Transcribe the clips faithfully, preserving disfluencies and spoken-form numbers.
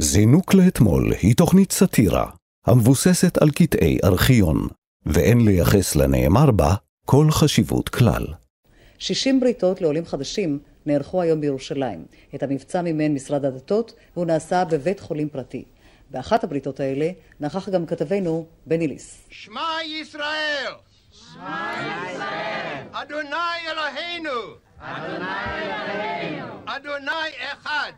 זינוק לאתמול היא תוכנית סאטירה, המבוססת על קטעי ארכיון, ואין לייחס לנאמר בה כל חשיבות כלל. שישים בריתות לעולים חדשים נערכו היום בירושלים. את המבצע מימן משרד הדתות, והוא נעשה בבית חולים פרטי. באחת הבריתות האלה נכח גם כתבנו בני ליס. שמע ישראל! שמע ישראל! אדוני אלוהינו! אדוני אלוהינו! אדוני אחד!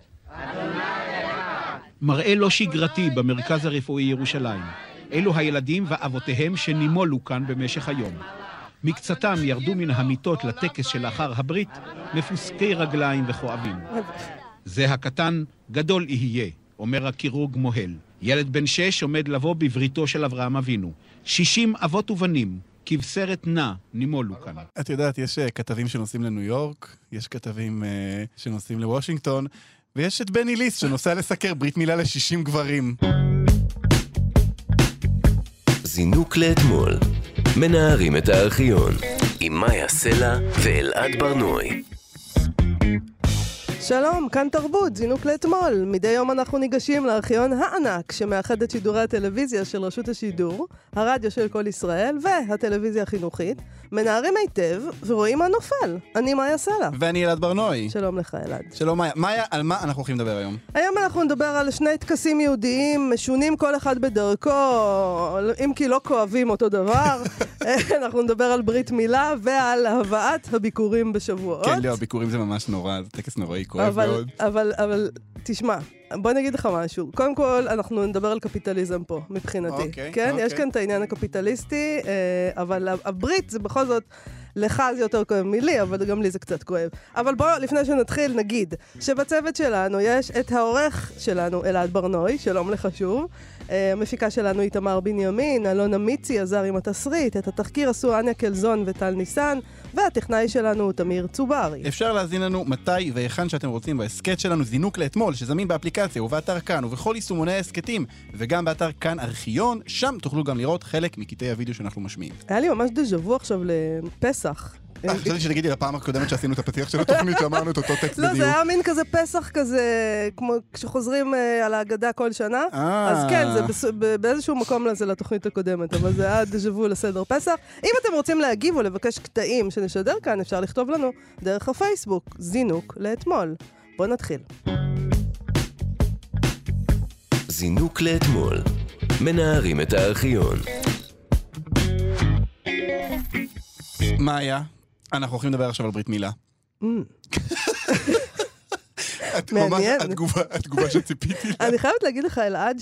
מראה לא שגרתי במרכז הרפואי ירושלים. אלו הילדים ואבותיהם שנימולו כאן במשך היום. מקצתם ירדו מן המיטות לטקס שלאחר הברית, מפוסקי רגליים וכואבים. זה הקטן גדול יהיה, אומר הקירוג מוהל. ילד בן שש עומד לבוא בבריתו של אברהם אבינו. שישים אבות ובנים, כבשרת נע, נימולו כאן. את יודעת, יש כתבים שנוסעים לניו יורק, יש כתבים uh, שנוסעים לוושינגטון, ויש את בני ליס שנוסע לסקר ברית מילה ל-שישים גברים. זינוק לאתמול. מנערים את הארכיון. עם מאיה סלע ואלעד ברנועי. שלום, כאן תרבות, זינוק לאתמול. מדי יום אנחנו ניגשים לארכיון הענק שמאחד את שידורי הטלוויזיה של רשות השידור, הרדיו של כל ישראל והטלוויזיה החינוכית. מנערים היטב ורואים מה נופל. אני מאיה סלע. ואני אלעד ברנועי. שלום לך אלעד. שלום מאיה. מאיה, על מה אנחנו הולכים לדבר היום? היום אנחנו נדבר על שני טקסים יהודיים, משונים כל אחד בדרכו, אם כי לא כואבים אותו דבר. אנחנו נדבר על ברית מילה ועל הבאת הביקורים בשבועות. כן, לא, הביקורים זה ממש נורא, זה טקס נוראי, כואב אבל, מאוד. אבל, אבל, תשמע, בוא נגיד לך משהו. קודם כל, אנחנו נדבר על קפיטליזם פה, מבחינתי. אוקיי, כן? אוקיי. יש כאן את העניין הקפיטליסטי, אבל הברית זה בכל זאת, לך זה יותר כואב מילי, אבל גם לי זה קצת כואב. אבל בוא, לפני שנתחיל, נגיד שבצוות שלנו יש את העורך שלנו, אלעד ברנועי, שלום לך שוב. המפיקה שלנו היא תמר בנימין, אלונה מיצי עזר עם התסריט, את התחקיר עשו אניה קלזון וטל ניסן, והטכנאי שלנו הוא תמיר צוברי. אפשר להזין לנו מתי והיכן שאתם רוצים בהסקט שלנו זינוק לאתמול, שזמין באפליקציה ובאתר כאן ובכל יישומוני ההסקטים, וגם באתר כאן ארכיון, שם תוכלו גם לראות חלק מקטעי הוידאו שאנחנו משמיעים. היה לי ממש דז'וו עכשיו לפסח. אה, חשבתי שתגידי לפעם הקודמת שעשינו את הפתיח של התוכנית, שאמרנו את אותו טקסט בדיוק. לא, זה היה מין כזה פסח כזה, כמו כשחוזרים על ההגדה כל שנה. אז כן, זה באיזשהו מקום לזה לתוכנית הקודמת, אבל זה היה דז'וו לסדר פסח. אם אתם רוצים להגיב או לבקש קטעים שנשדר כאן, אפשר לכתוב לנו דרך הפייסבוק, זינוק לאתמול. בואו נתחיל. זינוק לאתמול. מנערים את הארכיון. מאיה, אנחנו הולכים לדבר עכשיו על ברית מילה. מעניין. התגובה שציפיתי לה. אני חייבת להגיד לך, אלעד,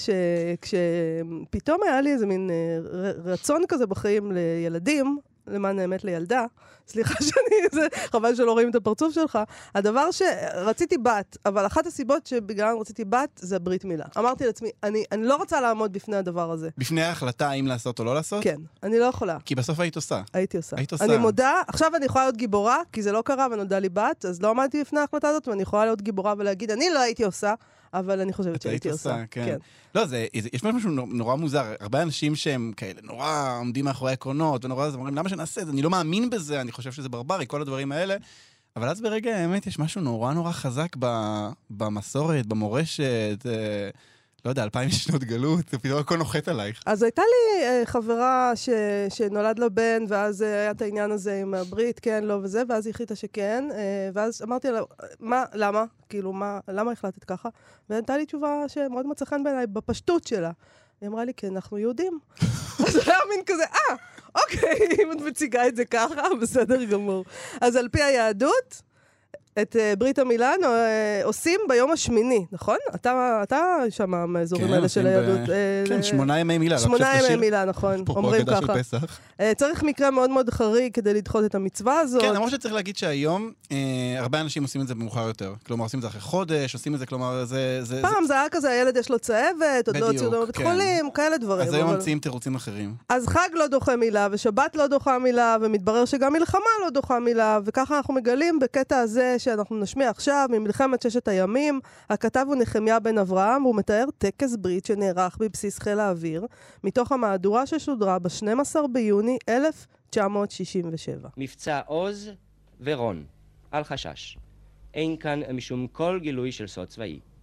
שפתאום היה לי איזה מין רצון כזה בחיים לילדים, למען האמת לילדה, סליחה שאני, זה חבל שלא רואים את הפרצוף שלך, הדבר שרציתי בת, אבל אחת הסיבות שבגלל רציתי בת, זה ברית מילה. אמרתי לעצמי, אני, אני לא רוצה לעמוד בפני הדבר הזה. בפני ההחלטה האם לעשות או לא לעשות? כן, אני לא יכולה. כי בסוף היית עושה. הייתי עושה. היית עושה. אני מודה, עכשיו אני יכולה להיות גיבורה, כי זה לא קרה ונולדה לי בת, אז לא עמדתי בפני ההחלטה הזאת, ואני יכולה להיות גיבורה ולהגיד, אני לא הייתי עושה, אבל אני חושבת שהייתי עושה. כן. כן. לא, זה, יש משהו נורא מוזר. הרבה אנשים שהם כאלה נורא עומדים מאחורי עקרונות, ונורא זה, אומרים, למה שנעשה את זה? אני לא מאמין בזה, אני חושב שזה ברברי, כל הדברים האלה. אבל אז ברגע האמת יש משהו נורא נורא חזק במסורת, במורשת, לא יודע, אלפיים שנות גלות, פתאום הכל נוחת עלייך. אז הייתה לי uh, חברה ש, שנולד לה בן, ואז uh, היה את העניין הזה עם הברית, כן, לא וזה, ואז היא החליטה שכן, uh, ואז אמרתי לה, מה, למה? כאילו, מה, למה החלטת ככה? והייתה לי תשובה שמאוד מצא חן בעיניי, בפשטות שלה. היא אמרה לי, כן, אנחנו יהודים. אז היה מין כזה, אה, אוקיי, אם את מציגה את זה ככה, בסדר גמור. אז על פי היהדות, את ברית המילה עושים ביום השמיני, נכון? אתה, אתה שם מהאזורים האלה של היהדות. כן, שמונה ימי מילה. שמונה ימי מילה, נכון. אומרים ככה. צריך מקרה מאוד מאוד חריג כדי לדחות את המצווה הזאת. כן, למרות שצריך להגיד שהיום, הרבה אנשים עושים את זה במאוחר יותר. כלומר, עושים את זה אחרי חודש, עושים את זה, כלומר, זה... פעם זה היה כזה, הילד יש לו צהבת, עוד לא הוציאו אותו בבית חולים, כאלה דברים. אז היום ממציאים תירוצים אחרים. אז חג לא דוחה מילה, ושבת לא דוחה מילה, ומתברר שגם מלחמה לא דוחה מילה, וככה אנחנו מגלים בקטע הזה שאנחנו נשמיע עכשיו ממלחמת ששת הימים. הכתב הוא נחמיה בן אברהם, והוא מתאר טקס ברית שנערך בבסיס חיל האוויר, מתוך המהדורה ששודרה ב-שנים עשר ביוני אלף תשע מאות שישים ושבע. מבצע עוז ורון, אל חשש. אין כאן משום כל גילוי של סוד צבאי.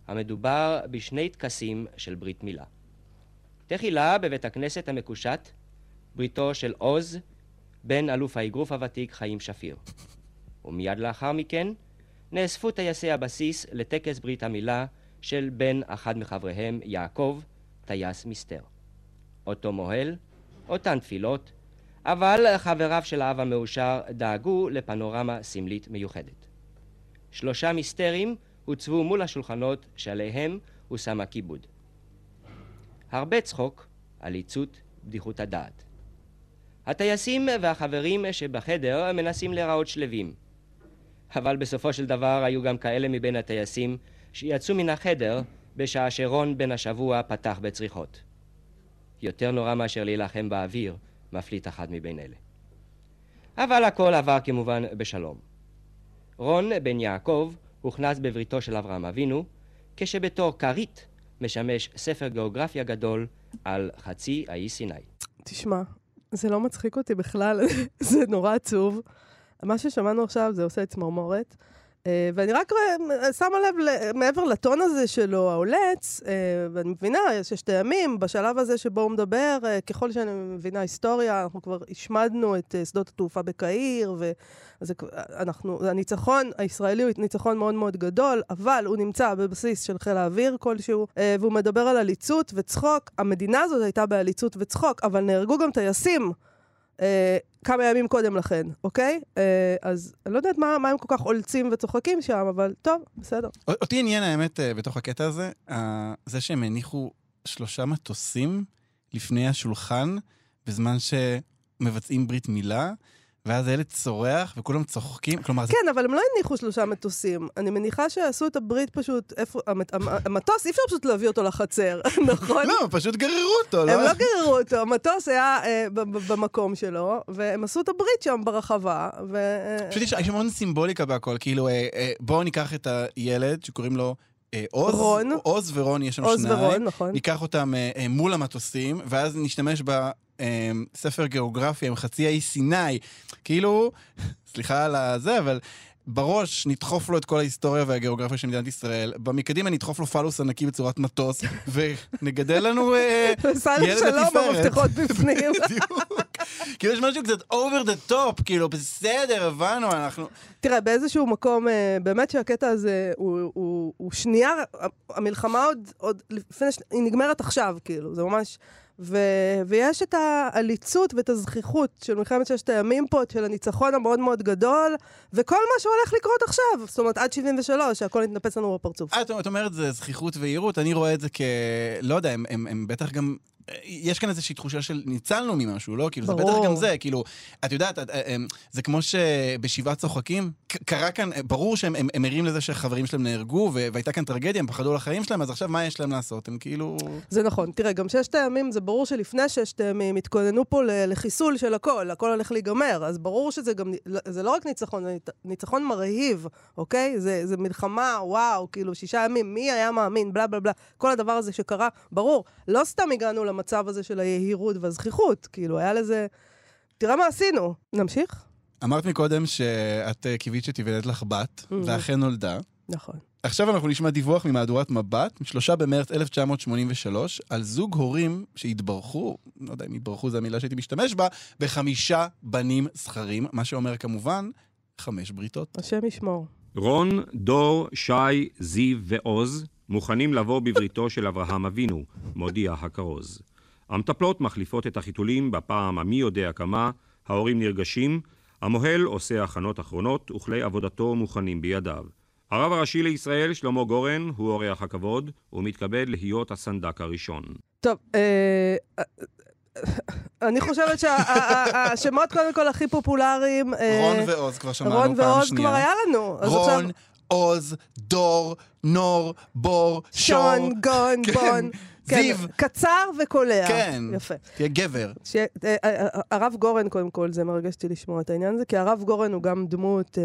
המדובר בשני טקסים של ברית מילה. תחילה בבית הכנסת המקושט, בריתו של עוז, בן אלוף האגרוף הוותיק חיים שפיר. ומיד לאחר מכן נאספו טייסי הבסיס לטקס ברית המילה של בן אחד מחבריהם, יעקב, טייס מסתר. אותו מוהל, אותן תפילות, אבל חבריו של האב המאושר דאגו לפנורמה סמלית מיוחדת. שלושה מיסטרים הוצבו מול השולחנות שעליהם הושם הכיבוד. הרבה צחוק, עליצות, בדיחות הדעת. הטייסים והחברים שבחדר מנסים להיראות שלווים. אבל בסופו של דבר היו גם כאלה מבין הטייסים שיצאו מן החדר בשעה שרון בן השבוע פתח בצריחות. יותר נורא מאשר להילחם באוויר, מפליט אחד מבין אלה. אבל הכל עבר כמובן בשלום. רון בן יעקב הוכנס בבריתו של אברהם אבינו, כשבתור כרית משמש ספר גיאוגרפיה גדול על חצי האי סיני. תשמע, זה לא מצחיק אותי בכלל, זה נורא עצוב. מה ששמענו עכשיו זה עושה את צמרמורת, ואני רק שמה לב מעבר לטון הזה שלו, העולץ, ואני מבינה, יש טעמים בשלב הזה שבו הוא מדבר, ככל שאני מבינה היסטוריה, אנחנו כבר השמדנו את שדות התעופה בקהיר, ואנחנו, הניצחון הישראלי הוא ניצחון מאוד מאוד גדול, אבל הוא נמצא בבסיס של חיל האוויר כלשהו, והוא מדבר על עליצות וצחוק. המדינה הזאת הייתה בעליצות וצחוק, אבל נהרגו גם טייסים, Uh, כמה ימים קודם לכן, אוקיי? Uh, אז אני לא יודעת מה, מה הם כל כך עולצים וצוחקים שם, אבל טוב, בסדר. אותי עניין האמת uh, בתוך הקטע הזה, uh, זה שהם הניחו שלושה מטוסים לפני השולחן, בזמן שמבצעים ברית מילה, ואז הילד צורח וכולם צוחקים. כלומר, כן, זה... אבל הם לא הניחו שלושה מטוסים. אני מניחה שעשו את הברית פשוט, איפה, המת... המטוס, אי אפשר פשוט להביא אותו לחצר, נכון? לא, פשוט גררו אותו, לא? הם לא גררו אותו, המטוס היה אה, במקום שלו, והם עשו את הברית שם ברחבה, ו... פשוט יש, יש המון סימבוליקה בהכל, כאילו, אה, אה, בואו ניקח את הילד שקוראים לו אה, עוז, רון. עוז ורון, יש לנו עוז שניים. ורון, נכון. ניקח אותם אה, אה, מול המטוסים, ואז נשתמש ב... ספר גיאוגרפיה עם חצי האי סיני, כאילו, סליחה על הזה, אבל בראש נדחוף לו את כל ההיסטוריה והגיאוגרפיה של מדינת ישראל, במקדימה נדחוף לו פלוס ענקי בצורת מטוס, ונגדל לנו ילד לתפארת. שלום, המפתחות בפנים. כאילו יש משהו קצת over the top, כאילו בסדר, הבנו, אנחנו... תראה, באיזשהו מקום, באמת שהקטע הזה הוא שנייה, המלחמה עוד, לפני, היא נגמרת עכשיו, כאילו, זה ממש... ו- ויש את העליצות ואת הזכיחות של מלחמת ששת הימים פה, של הניצחון המאוד מאוד גדול, וכל מה שהולך לקרות עכשיו, זאת אומרת, עד שבעים ושלוש, שהכל יתנפץ לנו בפרצוף. את, את אומרת, זה זכיחות ועירות, אני רואה את זה כ... לא יודע, הם, הם, הם בטח גם... יש כאן איזושהי תחושה של ניצלנו ממשהו, לא? כאילו, ברור. זה בטח גם זה, כאילו, את יודעת, את, זה כמו שבשבעה צוחקים, קרה כאן, ברור שהם הם, הם ערים לזה שחברים שלהם נהרגו, והייתה כאן טרגדיה, הם פחדו לחיים שלהם, אז עכשיו מה יש להם לעשות? הם כאילו... זה נכון, תראה, גם ששת הימים, זה ברור שלפני ששת הימים, התכוננו פה לחיסול של הכל, הכל הולך להיגמר, אז ברור שזה גם, זה לא רק ניצחון, זה ניצחון מרהיב, אוקיי? זה, זה מלחמה, וואו, כאילו, שישה ימים, מי היה מאמין, בלה בלה בלה, כל הדבר הזה שקרה, ברור, לא סתם הגענו למצב הזה של היהירות והזכיחות, כאילו, היה לזה... תראה מה עשינו. נמשיך? אמרת מקודם שאת קיווית שתיוולד לך בת, ואכן נולדה. נכון. עכשיו אנחנו נשמע דיווח ממהדורת מבט, שלושה במרץ אלף תשע מאות שמונים ושלוש, על זוג הורים שהתברכו, לא יודע אם התברכו זו המילה שהייתי משתמש בה, בחמישה בנים זכרים, מה שאומר כמובן, חמש בריתות. השם ישמור. רון, דור, שי, זיו ועוז, מוכנים לבוא בבריתו של אברהם אבינו, מודיע הכרוז. המטפלות מחליפות את החיתולים בפעם המי יודע כמה, ההורים נרגשים, המוהל עושה הכנות אחרונות וכלי עבודתו מוכנים בידיו. הרב הראשי לישראל, שלמה גורן, הוא אורח הכבוד, ומתכבד להיות הסנדק הראשון. טוב, אה... אני חושבת שהשמות קודם כל הכי פופולריים... רון ועוז כבר שמענו פעם שנייה. רון ועוז כבר היה לנו. רון, עוז, דור, נור, בור, שון, גון, בון. זיו. קצר וקולע. כן. יפה. תהיה גבר. הרב גורן, קודם כל, זה מרגשתי לשמוע את העניין הזה, כי הרב גורן הוא גם דמות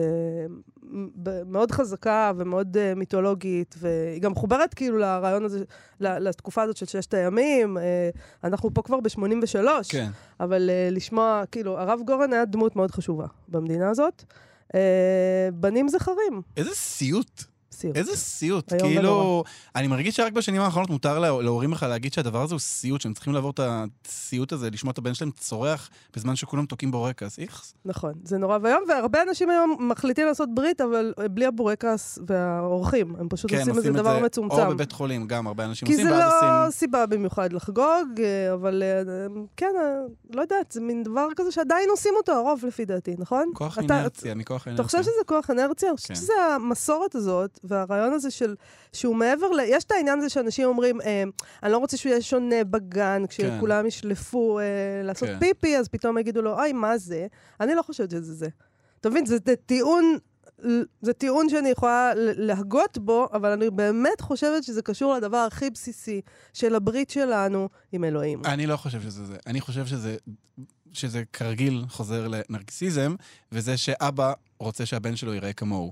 מאוד חזקה ומאוד מיתולוגית, והיא גם מחוברת כאילו לרעיון הזה, לתקופה הזאת של ששת הימים. אנחנו פה כבר ב-שמונים ושלוש, כן. אבל לשמוע, כאילו, הרב גורן היה דמות מאוד חשובה במדינה הזאת. בנים זכרים. איזה סיוט. סיוט. איזה סיוט, היום כאילו, ונורא. אני מרגיש שרק בשנים האחרונות מותר לה- להורים לך להגיד שהדבר הזה הוא סיוט, שהם צריכים לעבור את הסיוט הזה, לשמוע את הבן שלהם צורח בזמן שכולם תוקים בורקס, איכס. נכון, זה נורא ואיום, והרבה אנשים היום מחליטים לעשות ברית, אבל בלי הבורקס והאורחים, הם פשוט כן, עושים איזה עושים את דבר זה, מצומצם. או בבית חולים, גם הרבה אנשים כי עושים, זה ואז לא עושים... סיבה במיוחד לחגוג, אה, אבל אה, כן, אה, לא יודעת, זה מין דבר כזה שעדיין עושים אותו, הרוב לפי דעתי, נכון? כוח אתה- אינרציה, מכוח אתה אינרציה. חושב שזה כוח אנרציה? אני חושבת כן. שזה המסורת הזאת, והרעיון הזה של, שהוא מעבר ל... יש את העניין הזה שאנשים אומרים, אה, אני לא רוצה שהוא יהיה שונה בגן, כשכולם ישלפו אה, לעשות כן. פיפי, אז פתאום יגידו לו, אוי, מה זה? אני לא חושבת שזה זה. אתה מבין, זה זה טיעון... זה טיעון שאני יכולה להגות בו, אבל אני באמת חושבת שזה קשור לדבר הכי בסיסי של הברית שלנו עם אלוהים. אני לא חושב שזה זה. אני חושב שזה, שזה כרגיל חוזר לנרקסיזם, וזה שאבא רוצה שהבן שלו ייראה כמוהו.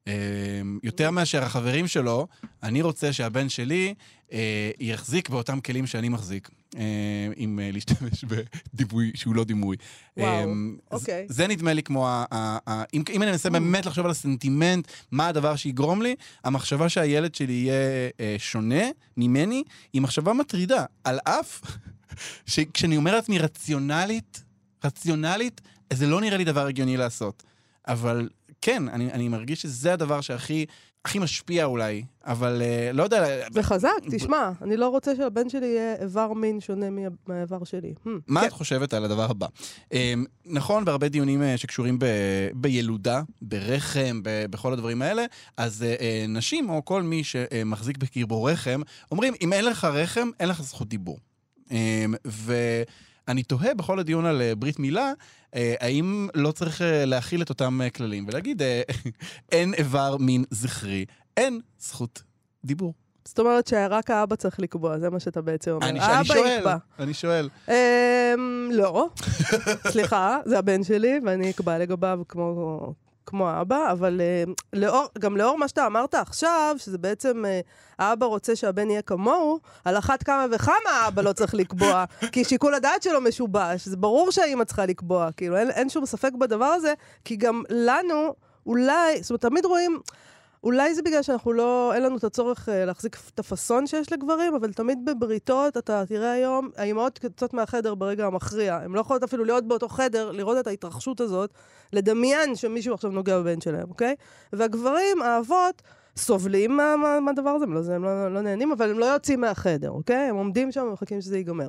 יותר מאשר החברים שלו, אני רוצה שהבן שלי יחזיק באותם כלים שאני מחזיק, אם להשתמש בדימוי שהוא לא דימוי. וואו, אוקיי. זה נדמה לי כמו, אם אני מנסה באמת לחשוב על הסנטימנט, מה הדבר שיגרום לי, המחשבה שהילד שלי יהיה שונה ממני, היא מחשבה מטרידה, על אף שכשאני אומר לעצמי רציונלית, רציונלית, זה לא נראה לי דבר הגיוני לעשות. אבל כן, אני, אני מרגיש שזה הדבר שהכי הכי משפיע אולי, אבל uh, לא יודע... זה חזק, תשמע, אני לא רוצה שהבן שלי יהיה איבר מין שונה מהאיבר שלי. מה כן. את חושבת על הדבר הבא? Um, נכון, בהרבה דיונים uh, שקשורים ב, בילודה, ברחם, ב, בכל הדברים האלה, אז uh, uh, נשים או כל מי שמחזיק בקרבו רחם, אומרים, אם אין לך רחם, אין לך זכות דיבור. Um, ו... אני תוהה בכל הדיון על ברית מילה, האם לא צריך להכיל את אותם כללים, ולהגיד, אין איבר מין זכרי, אין זכות דיבור. זאת אומרת שרק האבא צריך לקבוע, זה מה שאתה בעצם אומר. אני, האבא אני שואל, יקבע. אני שואל. אמ, לא, סליחה, זה הבן שלי, ואני אקבע לגביו כמו... כמו האבא, אבל uh, לאור, גם לאור מה שאתה אמרת עכשיו, שזה בעצם uh, האבא רוצה שהבן יהיה כמוהו, על אחת כמה וכמה האבא לא צריך לקבוע, כי שיקול הדעת שלו משובש, זה ברור שהאמא צריכה לקבוע, כאילו אין, אין שום ספק בדבר הזה, כי גם לנו, אולי, זאת אומרת, תמיד רואים, אולי זה בגלל שאנחנו לא, אין לנו את הצורך uh, להחזיק את הפסון שיש לגברים, אבל תמיד בבריתות, אתה תראה היום, האמהות קצת מהחדר ברגע המכריע, הן לא יכולות אפילו להיות באותו חדר, לראות את ההתרחשות הזאת, לדמיין שמישהו עכשיו נוגע בבן שלהם, אוקיי? והגברים, האבות, סובלים מה, מה, מה הדבר הזה, הם, לא, הם לא, לא נהנים, אבל הם לא יוצאים מהחדר, אוקיי? הם עומדים שם ומחכים שזה ייגמר.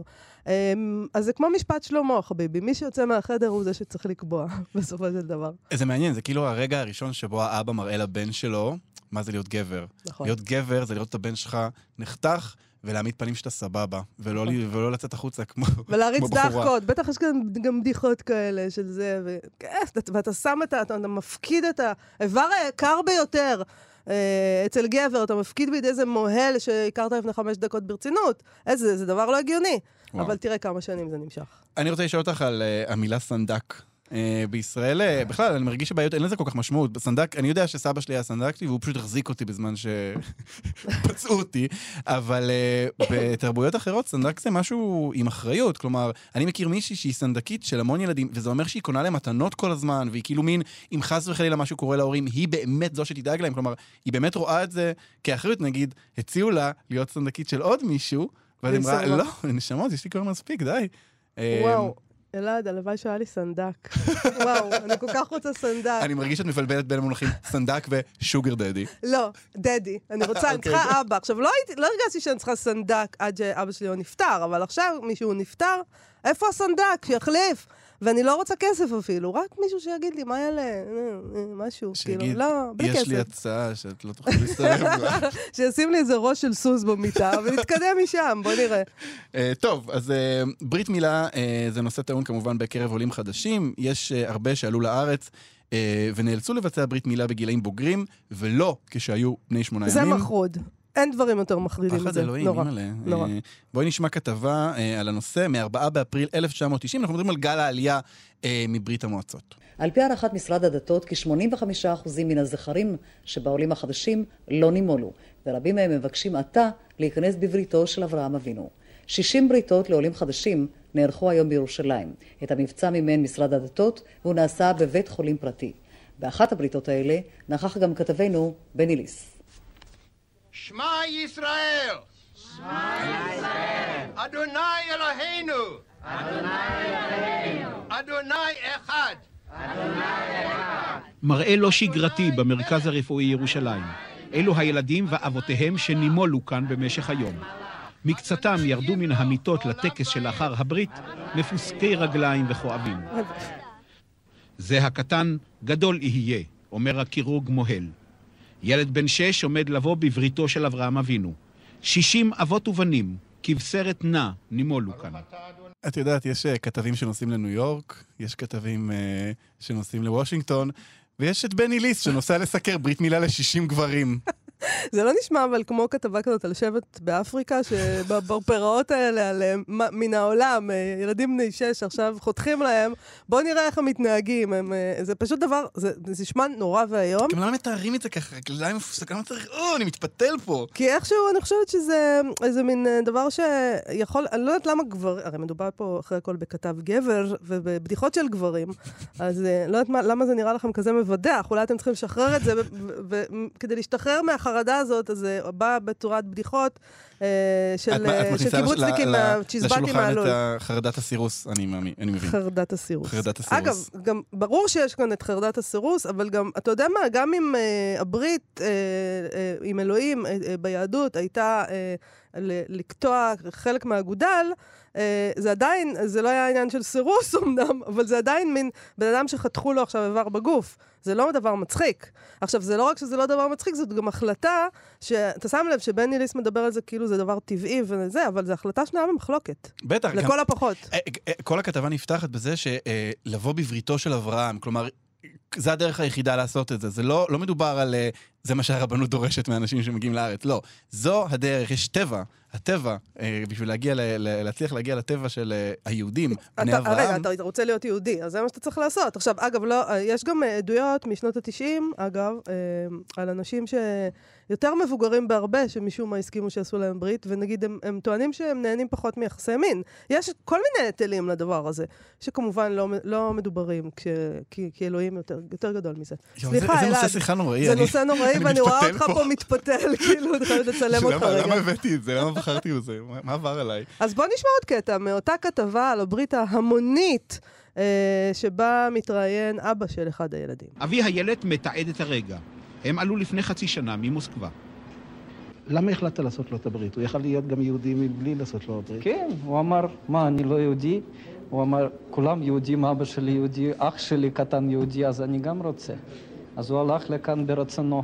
אז זה כמו משפט שלמה, חביבי, מי שיוצא מהחדר הוא זה שצריך לקבוע, בסופו של דבר. זה מעניין, זה כאילו הרגע הראשון שבו האבא מראה לבן שלו, מה זה להיות גבר. נכון. להיות גבר זה לראות את הבן שלך נחתך, ולהעמיד פנים שאתה סבבה, ולא, ולא לצאת החוצה כמו, ולהריץ כמו בחורה. דחקות, בטח יש גם, גם בדיחות כאלה של זה, ו... ואתה שם את ה... אתה מפקיד את האיבר היקר ביותר אה, אצל גבר, אתה מפקיד בידי איזה מוהל שהכרת לפני חמש דקות ברצינות. איזה, זה דבר לא הגיוני. וואו. אבל תראה כמה שנים זה נמשך. אני רוצה לשאול אותך על uh, המילה סנדק. Uh, בישראל, uh, בכלל, אני מרגיש שבעיות, אין לזה כל כך משמעות. בסנדק, אני יודע שסבא שלי היה סנדקתי, והוא פשוט החזיק אותי בזמן שפצעו אותי, אבל uh, בתרבויות אחרות, סנדק זה משהו עם אחריות. כלומר, אני מכיר מישהי שהיא סנדקית של המון ילדים, וזה אומר שהיא קונה להם מתנות כל הזמן, והיא כאילו מין, אם חס וחלילה משהו קורה להורים, היא באמת זו שתדאג להם. כלומר, היא באמת רואה את זה כאחריות. נגיד, הציעו לה להיות סנדקית של עוד מישהו, ואז אמרה, לא, נשמות, יש לי כבר מספיק, די. וואו. אלעד, הלוואי שהיה לי סנדק. וואו, אני כל כך רוצה סנדק. אני מרגיש שאת מבלבלת בין המונחים סנדק ושוגר דדי. לא, דדי. אני רוצה, אני צריכה אבא. עכשיו, לא הרגשתי שאני צריכה סנדק עד שאבא שלי לא נפטר, אבל עכשיו מישהו נפטר, איפה הסנדק? שיחליף. ואני לא רוצה כסף אפילו, רק מישהו שיגיד לי, מה יעלה? משהו, כאילו, לא, בלי כסף. יש לי הצעה שאת לא תוכל להסתרב לה. שישים לי איזה ראש של סוס במיטה, ונתקדם משם, בוא נראה. טוב, אז ברית מילה זה נושא טעון כמובן בקרב עולים חדשים. יש הרבה שעלו לארץ ונאלצו לבצע ברית מילה בגילאים בוגרים, ולא כשהיו בני שמונה ימים. זה מחרוד. אין דברים יותר מחרידים מזה. פחד אלוהים, נורא. בואי נשמע כתבה על הנושא, מ-ארבעה באפריל אלף תשע מאות תשעים, אנחנו מדברים על גל העלייה מברית המועצות. על פי הערכת משרד הדתות, כ-שמונים וחמישה אחוז מן הזכרים שבעולים החדשים לא נימולו, ורבים מהם מבקשים עתה להיכנס בבריתו של אברהם אבינו. שישים בריתות לעולים חדשים נערכו היום בירושלים. את המבצע מימן משרד הדתות, והוא נעשה בבית חולים פרטי. באחת הבריתות האלה נכח גם כתבנו בני ליס. שמע ישראל! שמע ישראל! אדוני אלוהינו! אדוני אלוהינו! אדוני אחד! אדוני אחד! מראה לא שגרתי במרכז הרפואי ירושלים. אלו הילדים ואבותיהם שנימולו כאן במשך היום. מקצתם ירדו מן המיטות לטקס שלאחר הברית, מפוסקי רגליים וכואבים. זה הקטן גדול יהיה, אומר הקירוג מוהל. ילד בן שש עומד לבוא בבריתו של אברהם אבינו. שישים אבות ובנים, כבשרת נע, נימולו כאן. את יודעת, יש כתבים שנוסעים לניו יורק, יש כתבים uh, שנוסעים לוושינגטון, ויש את בני ליס שנוסע לסקר ברית מילה ל-שישים גברים. זה לא נשמע אבל כמו כתבה כזאת על שבט באפריקה, שבברפראות האלה, על, מן העולם, ילדים בני שש, עכשיו חותכים להם, בואו נראה איך הם מתנהגים. הם, זה פשוט דבר, זה, זה נשמע נורא והיום. גם לא מתארים את זה ככה, רגליים מפוסקה, לא צריך, או, אני מתפתל פה. כי איכשהו אני חושבת שזה איזה מין דבר שיכול, אני לא יודעת למה גבר, הרי מדובר פה אחרי הכל בכתב גבר, ובבדיחות של גברים, אז לא יודעת מה, למה זה נראה לכם כזה מבדח, אולי אתם צריכים לשחרר את זה, וכדי להשתחרר מה החרדה הזאת, אז זה בא בצורת בדיחות של קיבוצניקים מהצ'יזבטים מהלול. את חרדת הסירוס, אני מבין. חרדת הסירוס. חרדת הסירוס. אגב, גם ברור שיש כאן את חרדת הסירוס, אבל גם, אתה יודע מה, גם אם הברית עם אלוהים ביהדות הייתה לקטוע חלק מהגודל, זה עדיין, זה לא היה עניין של סירוס אמנם, אבל זה עדיין מין בן אדם שחתכו לו עכשיו איבר בגוף. זה לא דבר מצחיק. עכשיו, זה לא רק שזה לא דבר מצחיק, זאת גם החלטה, שאתה שם לב שבני ליס מדבר על זה כאילו זה דבר טבעי וזה, אבל זו החלטה שניה במחלוקת. בטח. לכל גם, הפחות. כל הכתבה נפתחת בזה שלבוא בבריתו של אברהם, כלומר, זה הדרך היחידה לעשות את זה. זה לא, לא מדובר על זה מה שהרבנות דורשת מאנשים שמגיעים לארץ. לא. זו הדרך, יש טבע. הטבע, בשביל להגיע, להצליח להגיע לטבע של היהודים, בני אברהם. רגע, אתה רוצה להיות יהודי, אז זה מה שאתה צריך לעשות. עכשיו, אגב, לא, יש גם עדויות משנות ה-תשעים, אגב, על אנשים שיותר מבוגרים בהרבה, שמשום מה הסכימו שעשו להם ברית, ונגיד, הם, הם טוענים שהם נהנים פחות מיחסי מין. יש כל מיני היטלים לדבר הזה, שכמובן לא, לא מדוברים, כש, כי, כי אלוהים יותר, יותר גדול מזה. יו, סליחה, זה, זה נושא שיחה נוראי. זה אני, נושא נוראי, ואני רואה אותך פה, פה מתפתל, כאילו, אתה חייבת לצלם אותך רגע. למה הבאתי את זה? למה בחרתי בזה? מה עבר עליי? אז בוא נשמע עוד קטע מאותה כתבה על הברית ההמונית, אה, שבה מתראיין אבא של אחד הילדים. אבי הילד מתעד את הרגע. הם עלו לפני חצי שנה ממוסקבה. למה החלטת לעשות לו את הברית? הוא יכל להיות גם יהודי מבלי לעשות לו הברית. כן, הוא אמר, מה, אני לא יהודי? הוא אמר, כולם יהודים, אבא שלי יהודי, אח שלי קטן יהודי, אז אני גם רוצה. אז הוא הלך לכאן ברצונו.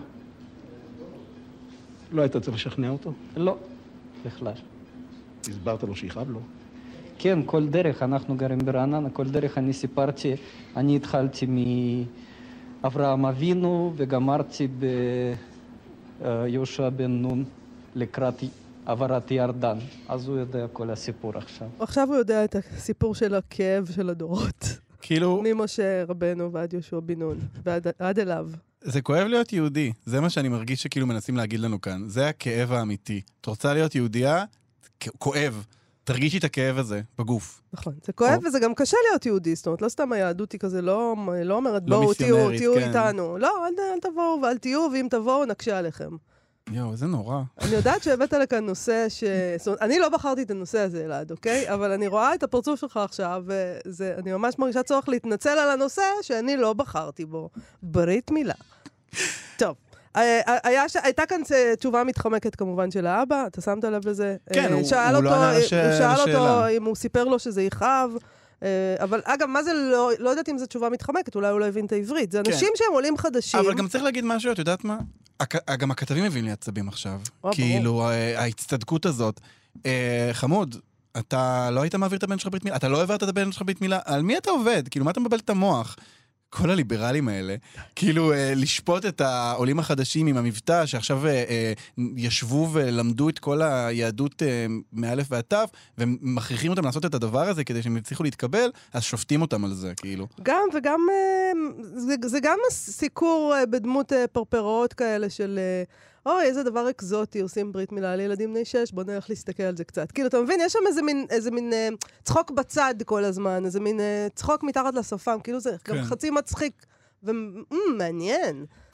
לא היית צריך לשכנע אותו? לא, בכלל. הסברת לו שיחב לו? כן, כל דרך, אנחנו גרים ברעננה, כל דרך אני סיפרתי, אני התחלתי מאברהם אבינו וגמרתי ביהושע בן נון לקראת עברת ירדן. אז הוא יודע כל הסיפור עכשיו. עכשיו הוא יודע את הסיפור של הכאב של הדורות. כאילו... ממשה רבנו ועד יהושע בן נון, ועד אליו. זה כואב להיות יהודי. זה מה שאני מרגיש שכאילו מנסים להגיד לנו כאן. זה הכאב האמיתי. את רוצה להיות יהודייה? כואב. תרגישי את הכאב הזה בגוף. נכון. זה כואב וזה גם קשה להיות יהודי. זאת אומרת, לא סתם היהדות היא כזה, לא אומרת, בואו, תהיו, תהיו איתנו. לא, אל תבואו ואל תהיו, ואם תבואו, נקשה עליכם. יואו, זה נורא. אני יודעת שהבאת לכאן נושא ש... זאת אומרת, אני לא בחרתי את הנושא הזה, אלעד, אוקיי? אבל אני רואה את הפרצוף שלך עכשיו, ואני ממש מרגישה צורך להתנצל על הנושא שאני לא בחרתי בו. ברית מילה. טוב. הייתה כאן תשובה מתחמקת כמובן של האבא, אתה שמת לב לזה? כן, הוא לא ענה לשאלה. הוא שאל אותו אם הוא סיפר לו שזה יכאב, אבל אגב, מה זה לא, לא יודעת אם זו תשובה מתחמקת, אולי הוא לא הבין את העברית. זה אנשים שהם עולים חדשים. אבל גם צריך להגיד משהו, את יודעת מה? גם הכתבים מביאים לי עצבים עכשיו. כאילו, ההצטדקות הזאת. חמוד, אתה לא היית מעביר את הבן שלך ברית מילה? אתה לא העברת את הבן שלך ברית מילה? על מי אתה עובד? כאילו, מה אתה מבלבל את המוח? כל הליברלים האלה, כאילו אה, לשפוט את העולים החדשים עם המבטא, שעכשיו אה, אה, ישבו ולמדו את כל היהדות אה, מאלף ועד תו, ומכריחים אותם לעשות את הדבר הזה כדי שהם יצליחו להתקבל, אז שופטים אותם על זה, כאילו. גם, וגם, אה, זה, זה גם סיקור אה, בדמות אה, פרפראות כאלה של... אה, אוי, איזה דבר אקזוטי, עושים ברית מילה לילדים בני שש, בוא נלך להסתכל על זה קצת. כאילו, אתה מבין, יש שם איזה מין, איזה מין אה, צחוק בצד כל הזמן, איזה מין אה, צחוק מתחת לשפם, כאילו זה כן. גם חצי מצחיק ומעניין.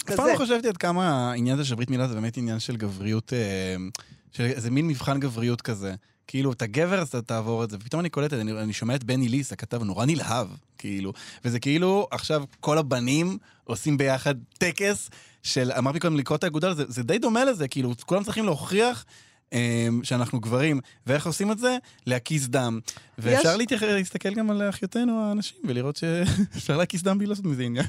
כזה. פעם לא חשבתי עד כמה העניין הזה של ברית מילה זה באמת עניין של גבריות, של איזה מין מבחן גבריות כזה. כאילו, אתה גבר, אז אתה תעבור את זה. ופתאום אני קולטת, אני, אני שומע את בני ליס, הכתב, נורא נלהב, כאילו. וזה כאילו, עכשיו כל הבנים עושים ביחד טקס של, אמרתי קודם לקרוא את האגודל, זה, זה די דומה לזה, כאילו, כולם צריכים להוכיח אמ, שאנחנו גברים. ואיך עושים את זה? להקיס דם. ואפשר יש... להתייח... להסתכל גם על אחיותינו, האנשים, ולראות שאפשר להקיס דם בלי לעשות מזה עניין.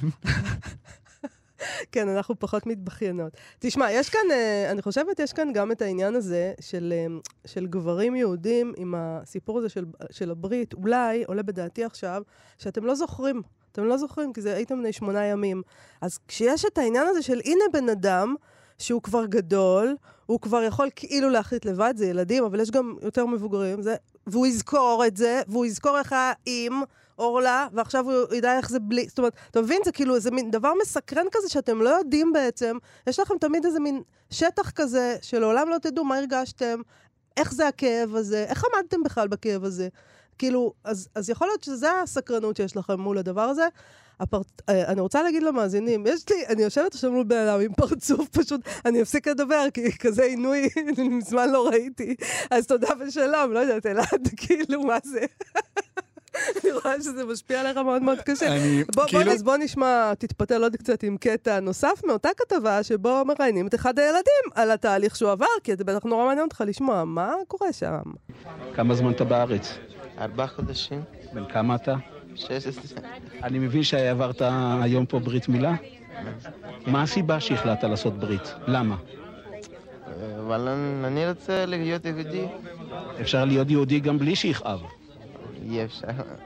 כן, אנחנו פחות מתבחיינות. תשמע, יש כאן, אני חושבת, יש כאן גם את העניין הזה של, של גברים יהודים עם הסיפור הזה של, של הברית, אולי עולה בדעתי עכשיו, שאתם לא זוכרים. אתם לא זוכרים, כי זה הייתם בני שמונה ימים. אז כשיש את העניין הזה של הנה בן אדם, שהוא כבר גדול, הוא כבר יכול כאילו להחליט לבד, זה ילדים, אבל יש גם יותר מבוגרים, זה, והוא יזכור את זה, והוא יזכור איך עם אורלה, ועכשיו הוא ידע איך זה בלי, זאת אומרת, אתה מבין, זה כאילו איזה מין דבר מסקרן כזה, שאתם לא יודעים בעצם, יש לכם תמיד איזה מין שטח כזה, שלעולם לא תדעו מה הרגשתם, איך זה הכאב הזה, איך עמדתם בכלל בכאב הזה, כאילו, אז, אז יכול להיות שזה הסקרנות שיש לכם מול הדבר הזה. הפרט... אני רוצה להגיד למאזינים, יש לי, אני יושבת עכשיו מול בן אדם עם פרצוף, פשוט, אני אפסיק לדבר, כי כזה עינוי, מזמן לא ראיתי, אז תודה ושלום, לא יודעת, אלעד, כאילו, מה זה? אני רואה שזה משפיע עליך מאוד מאוד קשה. בוא, בוא, אז בוא נשמע, תתפתל עוד קצת עם קטע נוסף מאותה כתבה, שבו מראיינים את אחד הילדים על התהליך שהוא עבר, כי זה בטח נורא מעניין אותך לשמוע מה קורה שם. כמה זמן אתה בארץ? ארבעה חודשים. בן כמה אתה? שש עשרה. אני מבין שעברת היום פה ברית מילה? מה הסיבה שהחלטת לעשות ברית? למה? אבל אני רוצה להיות יהודי. אפשר להיות יהודי גם בלי שיכאב. אי אפשר.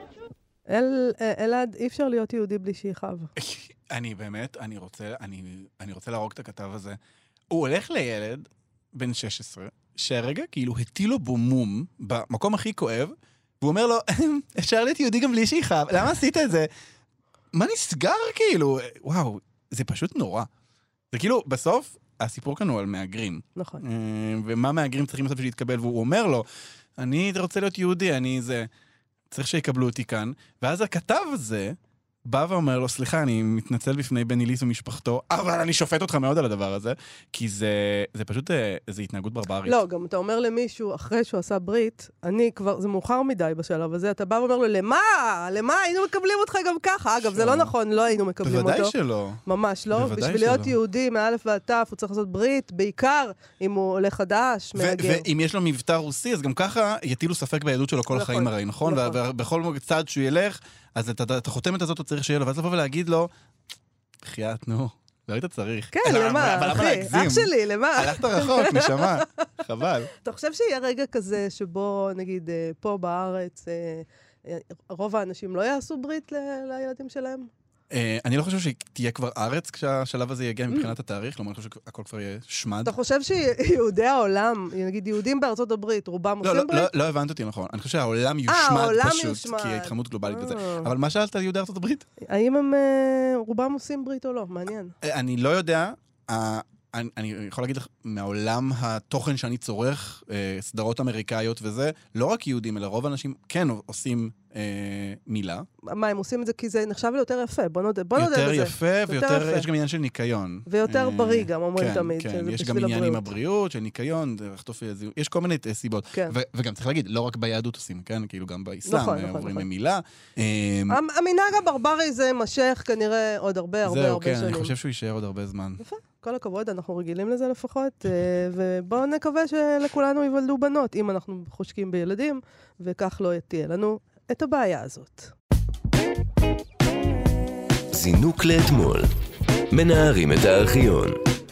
אלעד, אי אפשר להיות יהודי בלי שיכאב. אני באמת, אני רוצה, אני, אני רוצה להרוג את הכתב הזה. הוא הולך לילד בן שש עשרה, שהרגע כאילו הטיל לו בו מום במקום הכי כואב, והוא אומר לו, אפשר להיות יהודי גם בלי שיכאב, למה עשית את זה? מה נסגר כאילו? וואו, זה פשוט נורא. זה כאילו, בסוף, הסיפור כאן הוא על מהגרים. נכון. ומה מהגרים צריכים לעשות בשביל להתקבל, והוא אומר לו, אני רוצה להיות יהודי, אני זה, צריך שיקבלו אותי כאן, ואז הכתב הזה בא ואומר לו, סליחה, אני מתנצל בפני בני ליס ומשפחתו, אבל אני שופט אותך מאוד על הדבר הזה, כי זה, זה פשוט, זה התנהגות ברברית. לא, גם אתה אומר למישהו, אחרי שהוא עשה ברית, אני כבר, זה מאוחר מדי בשלב הזה, אתה בא ואומר לו, למה? למה? היינו מקבלים אותך גם ככה. אגב, זה לא נכון, לא היינו מקבלים אותו. בוודאי שלא. ממש לא. בשביל להיות יהודי מאלף ועד תף, הוא צריך לעשות ברית, בעיקר אם הוא עולה חדש, מהגר. ואם יש לו מבטא רוסי, אז גם ככה יטילו ספק ביהדות שלו כל החיים הרי, נכון? ובכל צעד שהוא ילך, אז את החותמת הזאת הוא צריך שיהיה לו, ואז לבוא ולהגיד לו, בחייאת, נו, לא היית צריך. כן, למה, אחי, אח שלי, למה? הלכת רחוק, נשמה, חבל. אתה חושב שיהיה רגע כזה שבו, נגיד, פה בארץ, רוב האנשים לא יעשו ברית לילדים שלהם? אני לא חושב שתהיה כבר ארץ כשהשלב הזה יגיע מבחינת התאריך, לא, אני חושב שהכל כבר יהיה שמד. אתה חושב שיהודי העולם, נגיד יהודים בארצות הברית, רובם עושים ברית? לא הבנת אותי נכון. אני חושב שהעולם יושמד פשוט, כי ההתחממות גלובלית וזה. אבל מה שאלת על יהודי ארצות הברית? האם הם רובם עושים ברית או לא? מעניין. אני לא יודע. אני, אני יכול להגיד לך, מהעולם התוכן שאני צורך, אה, סדרות אמריקאיות וזה, לא רק יהודים, אלא רוב האנשים כן עושים אה, מילה. מה, הם עושים את זה כי זה נחשב ליותר יפה? בוא נודה, בוא נודה בזה. יותר יפה, ויותר, יפה. יש גם עניין של ניקיון. ויותר אה, בריא גם, אומרים כן, תמיד. כן, יש גם עניין עם הבריאות, של ניקיון, יש כל מיני סיבות. כן. ו- וגם צריך להגיד, לא רק ביהדות עושים, כן? כאילו גם באסלאם, נכון, עוברים נכון, נכון. מילה. המנהג הברברי זה משך כנראה עוד הרבה, הרבה, הרבה שנים. זהו, כן, אני חושב שהוא יישאר עוד הרבה זמן. יפה. כל הכבוד, אנחנו רגילים לזה לפחות, ובואו נקווה שלכולנו ייוולדו בנות, אם אנחנו חושקים בילדים, וכך לא תהיה לנו את הבעיה הזאת. זינוק לאתמול. מנערים את הארכיון.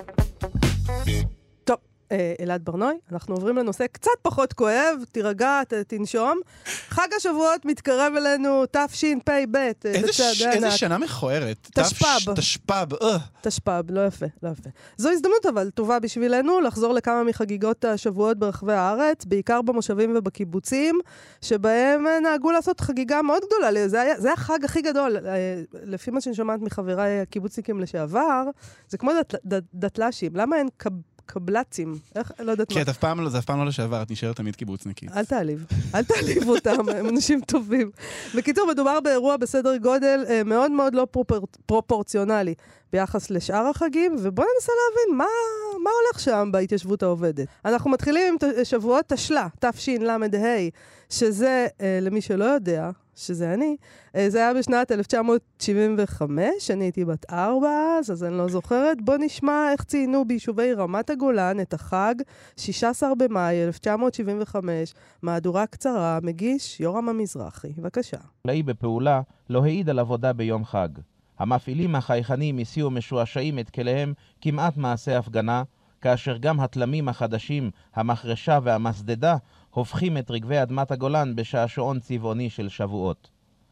טוב, אלעד ברנוי, אנחנו עוברים לנושא קצת פחות כואב, תירגע, תנשום. חג השבועות מתקרב אלינו, תשפ"ב. איזה שנה מכוערת. תשפ"ב. תשפ"ב. תשפ"ב, לא יפה, לא יפה. זו הזדמנות אבל טובה בשבילנו לחזור לכמה מחגיגות השבועות ברחבי הארץ, בעיקר במושבים ובקיבוצים, שבהם נהגו לעשות חגיגה מאוד גדולה. זה היה, זה היה החג הכי גדול. לפי מה שאני שומעת מחבריי הקיבוצניקים לשעבר, זה כמו דתל"שים. למה אין קב... קבלצים. איך, לא יודעת מה. כן, זה אף פעם לא, זה אף פעם לא לשעבר, את נשארת תמיד קיבוצניקית. אל תעליב, אל תעליב אותם, הם אנשים טובים. בקיצור, מדובר באירוע בסדר גודל אה, מאוד מאוד לא פרופור, פרופורציונלי ביחס לשאר החגים, ובואו ננסה להבין מה, מה הולך שם בהתיישבות העובדת. אנחנו מתחילים עם שבועות תשלה, תשל"ה, שזה, אה, למי שלא יודע, שזה אני, אה, זה היה בשנת אלף תשע מאות שבעים וחמש, אני הייתי בת ארבע, אז אני לא זוכרת. בואו נשמע איך ציינו ביישובי רמת הגולן את החג, שישה עשר במאי אלף תשע מאות שבעים וחמש, מהדורה קצרה, מגיש יורם המזרחי. בבקשה. חקלאי בפעולה לא העיד על עבודה ביום חג. המפעילים החייכנים הסיעו משועשעים את כליהם כמעט מעשה הפגנה, כאשר גם התלמים החדשים, המחרשה והמסדדה, הופכים את רגבי אדמת הגולן בשעשועון צבעוני של שבועות.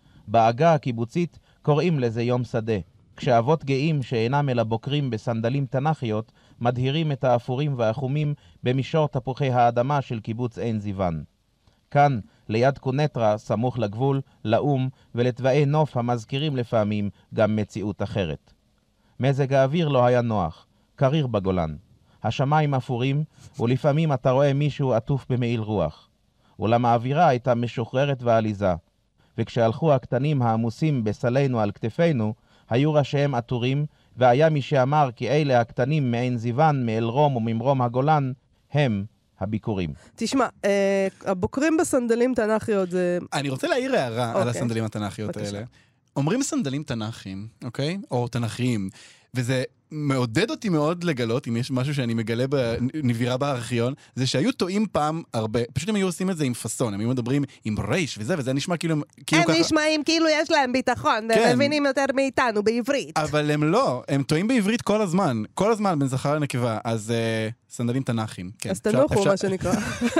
בעגה הקיבוצית קוראים לזה יום שדה, כשאבות גאים שאינם אלא בוקרים בסנדלים תנ"כיות, מדהירים את האפורים והחומים במישור תפוחי האדמה של קיבוץ עין זיוון. כאן, ליד קונטרה, סמוך לגבול, לאום ולטבעי נוף המזכירים לפעמים גם מציאות אחרת. מזג האוויר לא היה נוח, קריר בגולן. השמיים אפורים, ולפעמים אתה רואה מישהו עטוף במעיל רוח. אולם האווירה הייתה משוחררת ועליזה, וכשהלכו הקטנים העמוסים בסלינו על כתפינו, היו ראשיהם עטורים, והיה מי שאמר כי אלה הקטנים מעין זיוון, מאלרום וממרום הגולן, הם הביקורים. תשמע, אה, הבוקרים בסנדלים תנ"כיות זה... אני רוצה להעיר הערה אוקיי. על הסנדלים התנ"כיות בבקשה. האלה. אומרים סנדלים תנ"כיים, אוקיי? או תנ"כיים, וזה מעודד אותי מאוד לגלות, אם יש משהו שאני מגלה בנבירה בארכיון, זה שהיו טועים פעם הרבה, פשוט הם היו עושים את זה עם פסון, הם היו מדברים עם רייש וזה, וזה נשמע כאילו... כאילו הם ככה... נשמעים כאילו יש להם ביטחון, כן. והם מבינים יותר מאיתנו בעברית. אבל הם לא, הם טועים בעברית כל הזמן, כל הזמן בין זכר לנקבה, אז uh, סנדלים תנ"כיים. כן. אז תנוחו, אפשר... מה שנקרא.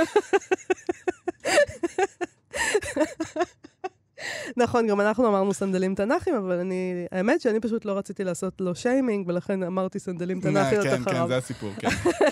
נכון, גם אנחנו אמרנו סנדלים תנ"כיים, אבל אני, האמת שאני פשוט לא רציתי לעשות לו שיימינג, ולכן אמרתי סנדלים תנ"כיות אחריו. כן, כן, זה הסיפור, כן.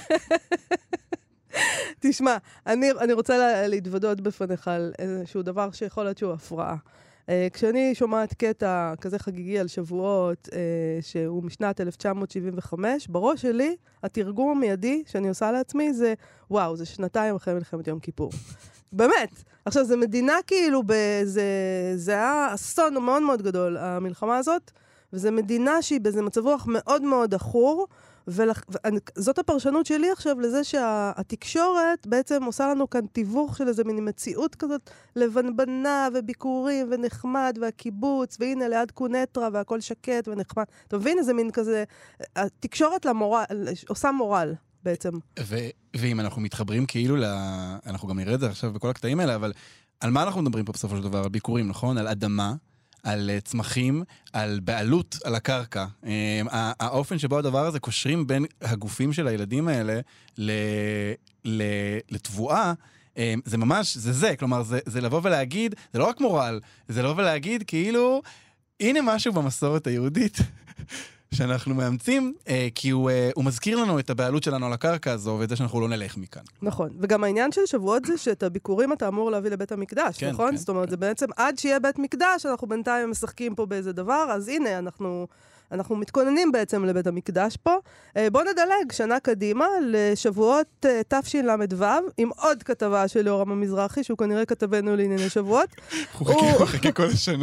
תשמע, אני, אני רוצה לה, להתוודות בפניך על איזשהו דבר שיכול להיות שהוא הפרעה. Uh, כשאני שומעת קטע כזה חגיגי על שבועות, uh, שהוא משנת אלף תשע מאות שבעים וחמש, בראש שלי, התרגום המיידי שאני עושה לעצמי זה, וואו, זה שנתיים אחרי מלחמת יום כיפור. באמת. עכשיו, זו מדינה כאילו, באיזה, זה היה אסון מאוד מאוד גדול, המלחמה הזאת, וזו מדינה שהיא באיזה מצב רוח מאוד מאוד אחור, וזאת הפרשנות שלי עכשיו לזה שהתקשורת בעצם עושה לנו כאן תיווך של איזה מין מציאות כזאת, לבנבנה וביקורים ונחמד והקיבוץ, והנה ליד קונטרה והכל שקט ונחמד. אתה מבין? איזה מין כזה, התקשורת למורל, עושה מורל. בעצם. ו- ואם אנחנו מתחברים כאילו, ל- אנחנו גם נראה את זה עכשיו בכל הקטעים האלה, אבל על מה אנחנו מדברים פה בסופו של דבר? על ביקורים, נכון? על אדמה, על uh, צמחים, על בעלות, על הקרקע. Um, האופן שבו הדבר הזה קושרים בין הגופים של הילדים האלה ל- ל- לתבואה, um, זה ממש, זה זה, כלומר, זה, זה לבוא ולהגיד, זה לא רק מורל, זה לבוא ולהגיד כאילו, הנה משהו במסורת היהודית, שאנחנו מאמצים, אה, כי הוא, אה, הוא מזכיר לנו את הבעלות שלנו על הקרקע הזו, ואת זה שאנחנו לא נלך מכאן. נכון. וגם העניין של שבועות זה שאת הביקורים אתה אמור להביא לבית המקדש, כן, נכון? כן, זאת אומרת, כן. זה בעצם עד שיהיה בית מקדש, אנחנו בינתיים משחקים פה באיזה דבר, אז הנה, אנחנו... אנחנו מתכוננים בעצם לבית המקדש פה. בואו נדלג שנה קדימה לשבועות תשל"ו, עם עוד כתבה של יורם המזרחי, שהוא כנראה כתבנו לענייני שבועות. הוא חכה כל השנה.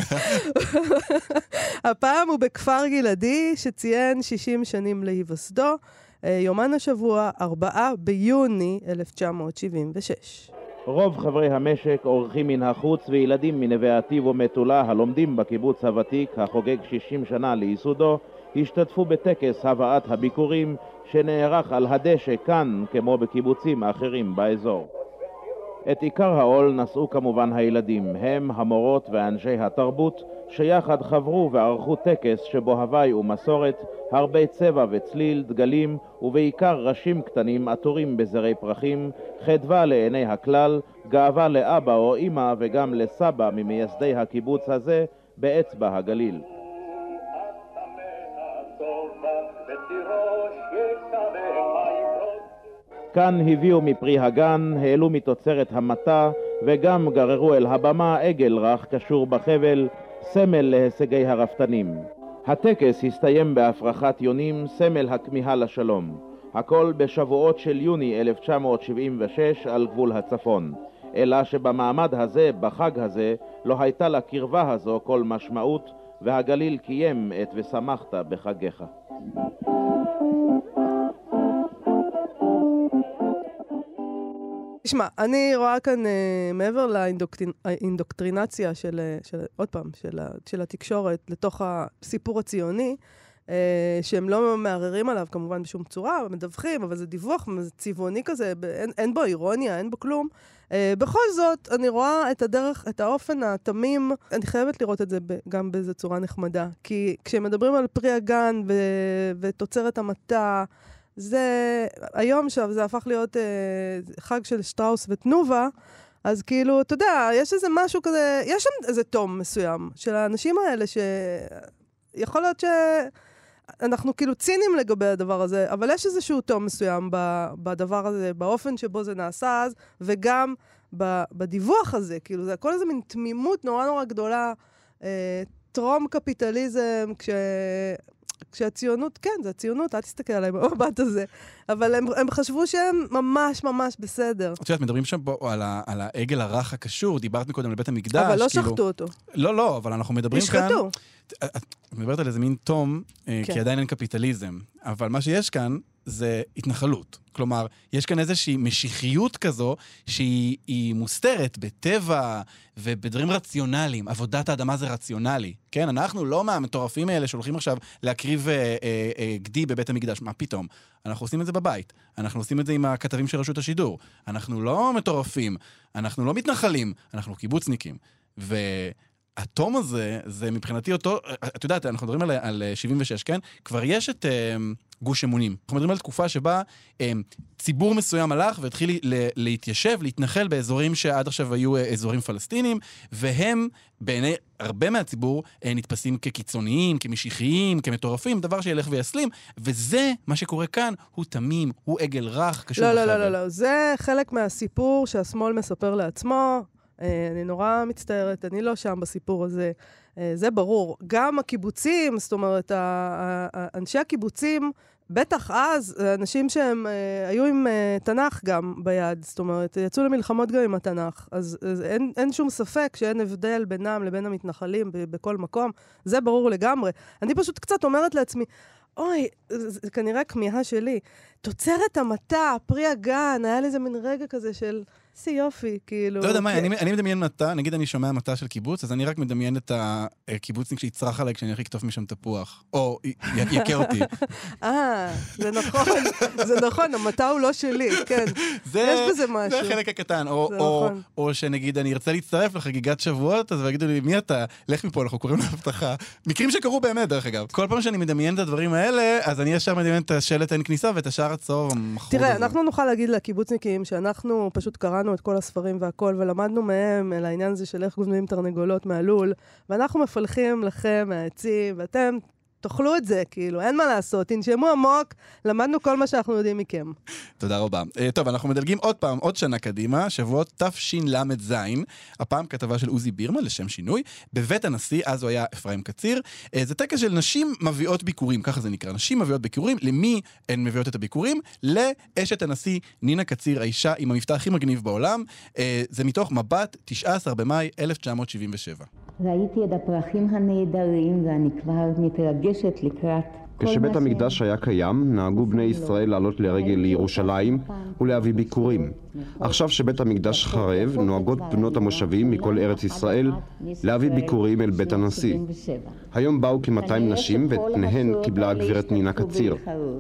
הפעם הוא בכפר גלעדי, שציין שישים שנים להיווסדו. יומן השבוע, ארבעה ביוני אלף תשע מאות שבעים ושש. רוב חברי המשק, אורחים מן החוץ וילדים מנווה עתיב ומטולה הלומדים בקיבוץ הוותיק החוגג שישים שנה לייסודו, השתתפו בטקס הבאת הביקורים שנערך על הדשא כאן כמו בקיבוצים אחרים באזור. את עיקר העול נשאו כמובן הילדים, הם המורות ואנשי התרבות שיחד חברו וערכו טקס שבו הווי ומסורת, הרבה צבע וצליל, דגלים ובעיקר ראשים קטנים עטורים בזרי פרחים, חדווה לעיני הכלל, גאווה לאבא או אמא וגם לסבא ממייסדי הקיבוץ הזה באצבע הגליל. כאן הביאו מפרי הגן, העלו מתוצרת המטה וגם גררו אל הבמה עגל רך קשור בחבל, סמל להישגי הרפתנים. הטקס הסתיים בהפרחת יונים, סמל הכמיהה לשלום. הכל בשבועות של יוני אלף תשע מאות שבעים ושש על גבול הצפון. אלא שבמעמד הזה, בחג הזה, לא הייתה לקרבה הזו כל משמעות, והגליל קיים את ושמחת בחגיך. תשמע, אני רואה כאן uh, מעבר לאינדוקטרינציה של, של, עוד פעם, של, של התקשורת לתוך הסיפור הציוני, uh, שהם לא מערערים עליו כמובן בשום צורה, מדווחים, אבל זה דיווח, זה צבעוני כזה, אין, אין בו אירוניה, אין בו כלום. Uh, בכל זאת, אני רואה את הדרך, את האופן התמים, אני חייבת לראות את זה ב, גם באיזו צורה נחמדה, כי כשמדברים על פרי הגן ו, ותוצרת המטה, זה, היום עכשיו זה הפך להיות אה, חג של שטראוס ותנובה, אז כאילו, אתה יודע, יש איזה משהו כזה, יש שם איזה תום מסוים של האנשים האלה, שיכול להיות שאנחנו כאילו צינים לגבי הדבר הזה, אבל יש איזשהו תום מסוים ב, בדבר הזה, באופן שבו זה נעשה אז, וגם ב, בדיווח הזה, כאילו, זה הכל איזה מין תמימות נורא נורא גדולה, אה, טרום קפיטליזם, כש... כשהציונות, כן, זה הציונות, אל תסתכל עליי במבט הזה, אבל הם, הם חשבו שהם ממש ממש בסדר. את יודעת, מדברים שם פה על, ה, על העגל הרך הקשור, דיברת מקודם לבית המקדש. אבל לא כאילו... שחטו אותו. לא, לא, אבל אנחנו מדברים כאן... השחטו. את מדברת על איזה מין תום, כן. כי עדיין אין קפיטליזם, אבל מה שיש כאן זה התנחלות. כלומר, יש כאן איזושהי משיחיות כזו שהיא מוסתרת בטבע ובדברים רציונליים. עבודת האדמה זה רציונלי. כן, אנחנו לא מהמטורפים האלה שהולכים עכשיו להקריב אה, אה, אה, גדי בבית המקדש. מה פתאום? אנחנו עושים את זה בבית. אנחנו עושים את זה עם הכתבים של רשות השידור. אנחנו לא מטורפים. אנחנו לא מתנחלים. אנחנו קיבוצניקים. ו... התום הזה, זה מבחינתי אותו, את יודעת, אנחנו מדברים על, על שבעים ושש, כן? כבר יש את uh, גוש אמונים. אנחנו מדברים על תקופה שבה uh, ציבור מסוים הלך והתחיל ל- להתיישב, להתנחל באזורים שעד עכשיו היו uh, אזורים פלסטינים, והם בעיני הרבה מהציבור uh, נתפסים כקיצוניים, כמשיחיים, כמטורפים, דבר שילך ויסלים, וזה, מה שקורה כאן, הוא תמים, הוא עגל רך, קשור לא, בחבל. לא, לא, לא, זה חלק מהסיפור שהשמאל מספר לעצמו, אני נורא מצטערת, אני לא שם בסיפור הזה. זה ברור. גם הקיבוצים, זאת אומרת, אנשי הקיבוצים, בטח אז, אנשים שהם היו עם תנ"ך גם ביד, זאת אומרת, יצאו למלחמות גם עם התנ"ך. אז, אז אין, אין שום ספק שאין הבדל בינם לבין המתנחלים בכל מקום. זה ברור לגמרי. אני פשוט קצת אומרת לעצמי, אוי, זה, זה כנראה כמיהה שלי. תוצרת המטה, פרי הגן, היה לי איזה מין רגע כזה של... זה יופי, כאילו... לא יודע מה, אני, אני מדמיין מטה, נגיד אני שומע מטה של קיבוץ, אז אני רק מדמיין את הקיבוצניק שיצרח עליי כשאני הולך לקטוף משם תפוח, או יקה אותי. אה, זה נכון, זה נכון, המטה הוא לא שלי, כן. יש בזה משהו. זה החלק הקטן, או, או, או שנגיד אני ארצה להצטרף לחגיגת שבועות, אז יגידו לי, מי אתה? לך מפה, אנחנו קוראים להבטחה. מקרים שקרו באמת, דרך אגב. כל פעם שאני מדמיין את הדברים האלה, אז אני ישר מדמיין את השלט אין כניסה ואת השער הצהוב המחרוד הזה. תראה, אנחנו נוכל להגיד לקיבוצניקים שאנחנו פשוט קראנו את כל הספרים והכל, ולמדנו מהם על העניין הזה של איך גוזמים תרנגולות מהלול, ואנחנו מפלחים לכם מהעצים, ואתם תאכלו את זה, כאילו, אין מה לעשות, תנשמו עמוק, למדנו כל מה שאנחנו יודעים מכם. תודה רבה. טוב, אנחנו מדלגים עוד פעם, עוד שנה קדימה, שבועות תשל"ז, הפעם כתבה של עוזי בירמן, לשם שינוי, בבית הנשיא, אז הוא היה אפרים קציר, זה טקס של נשים מביאות ביקורים, ככה זה נקרא, נשים מביאות ביקורים, למי הן מביאות את הביקורים? לאשת הנשיא נינה קציר, האישה עם המבטא הכי מגניב בעולם, זה מתוך מבט, תשעה עשר במאי אלף תשע מאות שבעים ושבע. ראיתי את הפרחים הנהדרים ואני כבר מתרגשת לקראת... כשבית המקדש היה קיים, נהגו בני ישראל לעלות לרגל לירושלים ולהביא ביקורים. עכשיו שבית המקדש חרב, נוהגות בנות המושבים מכל ארץ ישראל להביא ביקורים אל בית הנשיא. היום באו כ-מאתיים נשים ואת פניהן קיבלה הגברת נינה קציר.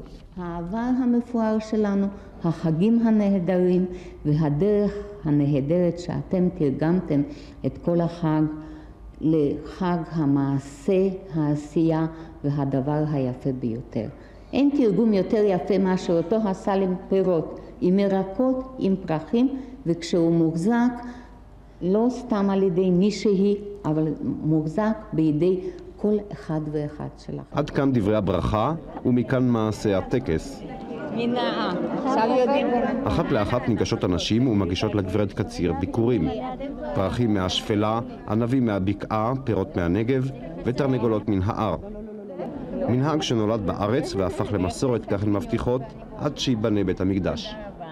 העבר המפואר שלנו, החגים הנהדרים והדרך הנהדרת שאתם תרגמתם את כל החג לחג המעשה, העשייה והדבר היפה ביותר. אין תרגום יותר יפה מאשר אותו הסל עם פירות, עם ירקות, עם פרחים, וכשהוא מוחזק לא סתם על ידי מישהי, אבל מוחזק בידי כל אחד ואחד שלך. עד כאן דברי הברכה, ומכאן מעשה הטקס. מנאה, עכשיו יודעים. אחת לאחת ניגשות הנשים ומגישות לגברת קציר ביקורים. פרחים מהשפלה, ענבים מהבקעה, פירות מהנגב ותרנגולות מן ההר. מנהג שנולד בארץ והפך למסורת, כך הן מבטיחות, עד שיבנה בית המקדש.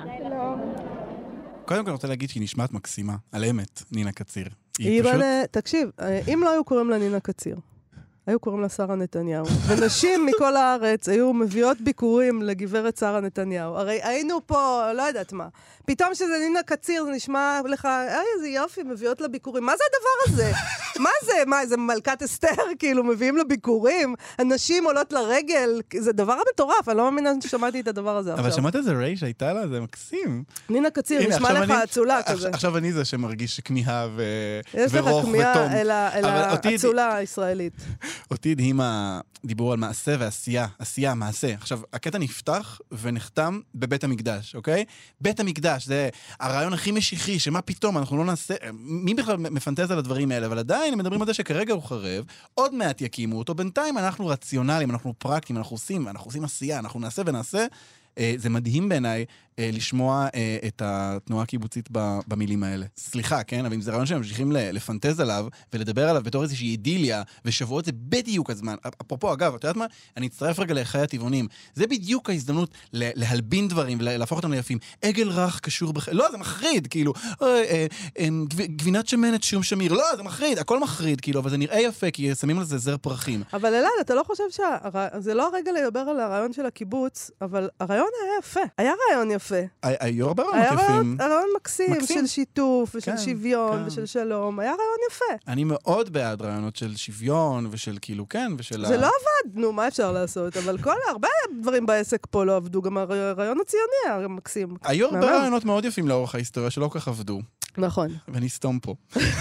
קודם כל אני רוצה להגיד שהיא נשמעת מקסימה, על אמת, נינה קציר. היא פשוט... תקשיב, אם לא היו קוראים לה נינה קציר, היו קוראים לה שרה נתניהו. ונשים מכל הארץ היו מביאות ביקורים לגברת שרה נתניהו. הרי היינו פה, לא יודעת מה. פתאום שזה נינה קציר, זה נשמע לך, איי, איזה יופי, מביאות לה ביקורים. מה זה הדבר הזה? מה זה? מה, איזה מלכת אסתר, כאילו, מביאים לה ביקורים? הנשים עולות לרגל, זה דבר מטורף, אני לא מאמינה ששמעתי את הדבר הזה עכשיו. אבל שמעת איזה ריי שהייתה לה, זה מקסים. נינה קציר, נשמע לך אצולה כזה. עכשיו אני זה שמרגיש כמיהה ורוך יש לך כמיהה אל האצולה הישראלית. אותי הדהים הדיבור על מעשה ועשייה, עשייה, מעשה. עכשיו, הקטע נפתח ונחתם בבית המקדש, אוקיי? בית המקדש, זה הרעיון הכי משיחי, שמה פתאום, אנחנו לא נעשה... מי בכלל מפנטז על הדברים האלה? אבל עדיין הם מדברים על זה שכרגע הוא חרב, עוד מעט יקימו אותו, בינתיים אנחנו רציונליים, אנחנו פרקטיים, אנחנו עושים, אנחנו עושים עשייה, אנחנו נעשה ונעשה. זה מדהים בעיניי לשמוע את התנועה הקיבוצית במילים האלה. סליחה, כן? אבל אם זה רעיון שהם ממשיכים לפנטז עליו ולדבר עליו בתור איזושהי אידיליה, ושבועות זה בדיוק הזמן. אפרופו, אגב, אתה יודעת מה? אני אצטרף רגע לחיי הטבעונים. זה בדיוק ההזדמנות להלבין דברים ולהפוך אותם ליפים. עגל רך קשור בח... לא, זה מחריד, כאילו. גבינת שמנת שום שמיר. לא, זה מחריד. הכל מחריד, כאילו, אבל זה נראה יפה, כי שמים על זה זר פרחים. אבל אלעד, אתה לא חושב שזה לא הרגע לדבר על הרעיון של הקיבוץ, אבל הרעיון היה יפה. היה רעיון יפה. היו הרבה רעיונות יפים. היה רעיון מקסים, של שיתוף ושל שוויון ושל שלום. היה רעיון יפה. אני מאוד בעד רעיונות של שוויון ושל כאילו כן ושל... זה לא עבד, נו, מה אפשר לעשות? אבל כל הרבה דברים בעסק פה לא עבדו. גם הרעיון הציוני היה מקסים. היו הרבה רעיונות מאוד יפים לאורך ההיסטוריה שלא כך עבדו. נכון. ואני סתום פה.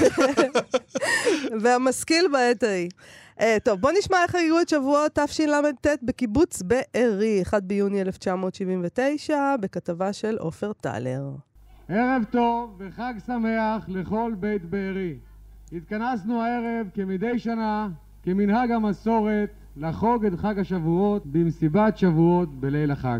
והמשכיל בעת ההיא. Uh, טוב, בוא נשמע איך הגיעו את שבועות תשל"ט בקיבוץ בארי, אחד ביוני אלף תשע מאות שבעים ותשע, בכתבה של עופר טלר. ערב טוב וחג שמח לכל בית בארי. התכנסנו הערב כמדי שנה, כמנהג המסורת, לחוג את חג השבועות במסיבת שבועות בליל החג.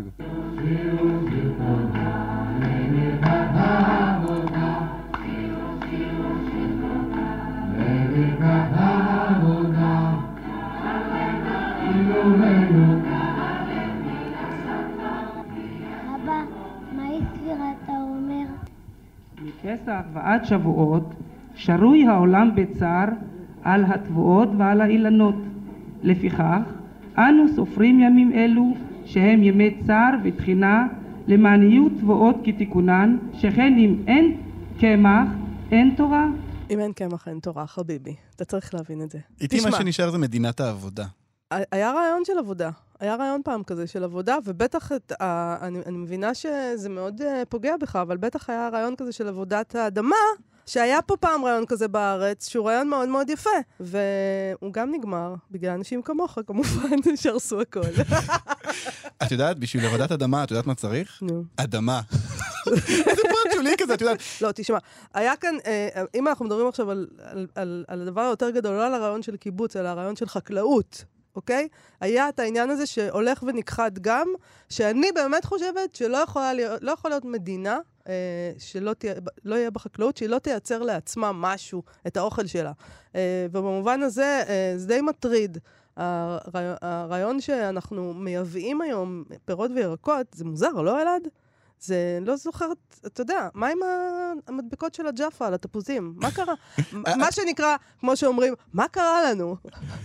אבא, מהי ספירה אתה אומר? מפסח ועד שבועות שרוי העולם בצער על התבואות ועל האילנות. לפיכך, אנו סופרים ימים אלו שהם ימי צער ותחינה למען יהיו תבואות כתיקונן, שכן אם אין קמח, אין תורה. אם אין קמח, אין תורה, חביבי. אתה צריך להבין את זה. איתי מה שנשאר זה מדינת העבודה. היה רעיון של עבודה. היה רעיון פעם כזה של עבודה, ובטח את, ה, אני, אני מבינה שזה מאוד uh, פוגע בך, אבל בטח היה רעיון כזה של עבודת האדמה, שהיה פה פעם רעיון כזה בארץ, שהוא רעיון מאוד מאוד יפה. והוא גם נגמר, בגלל אנשים כמוך, כמובן, שרסו הכל. את יודעת, בשביל עבודת אדמה, את יודעת מה צריך? נו. אדמה. איזה פרט שולי כזה, את יודעת. לא, תשמע, היה כאן, אם אנחנו מדברים עכשיו על, על, על, על הדבר היותר גדול, לא על הרעיון של קיבוץ, אלא הרעיון של חקלאות, אוקיי? היה את העניין הזה שהולך ונכחד גם, שאני באמת חושבת שלא יכולה להיות, לא יכול להיות מדינה, אה, שלא תהיה, לא יהיה בחקלאות, שהיא לא תייצר לעצמה משהו, את האוכל שלה. אה, ובמובן הזה, אה, זה די מטריד. הרעיון, הרעיון שאנחנו מייבאים היום פירות וירקות, זה מוזר, לא אלעד? זה לא זוכרת, אתה יודע, מה עם המדבקות של הג'אפה על התפוזים? מה קרה? מה שנקרא, כמו שאומרים, מה קרה לנו?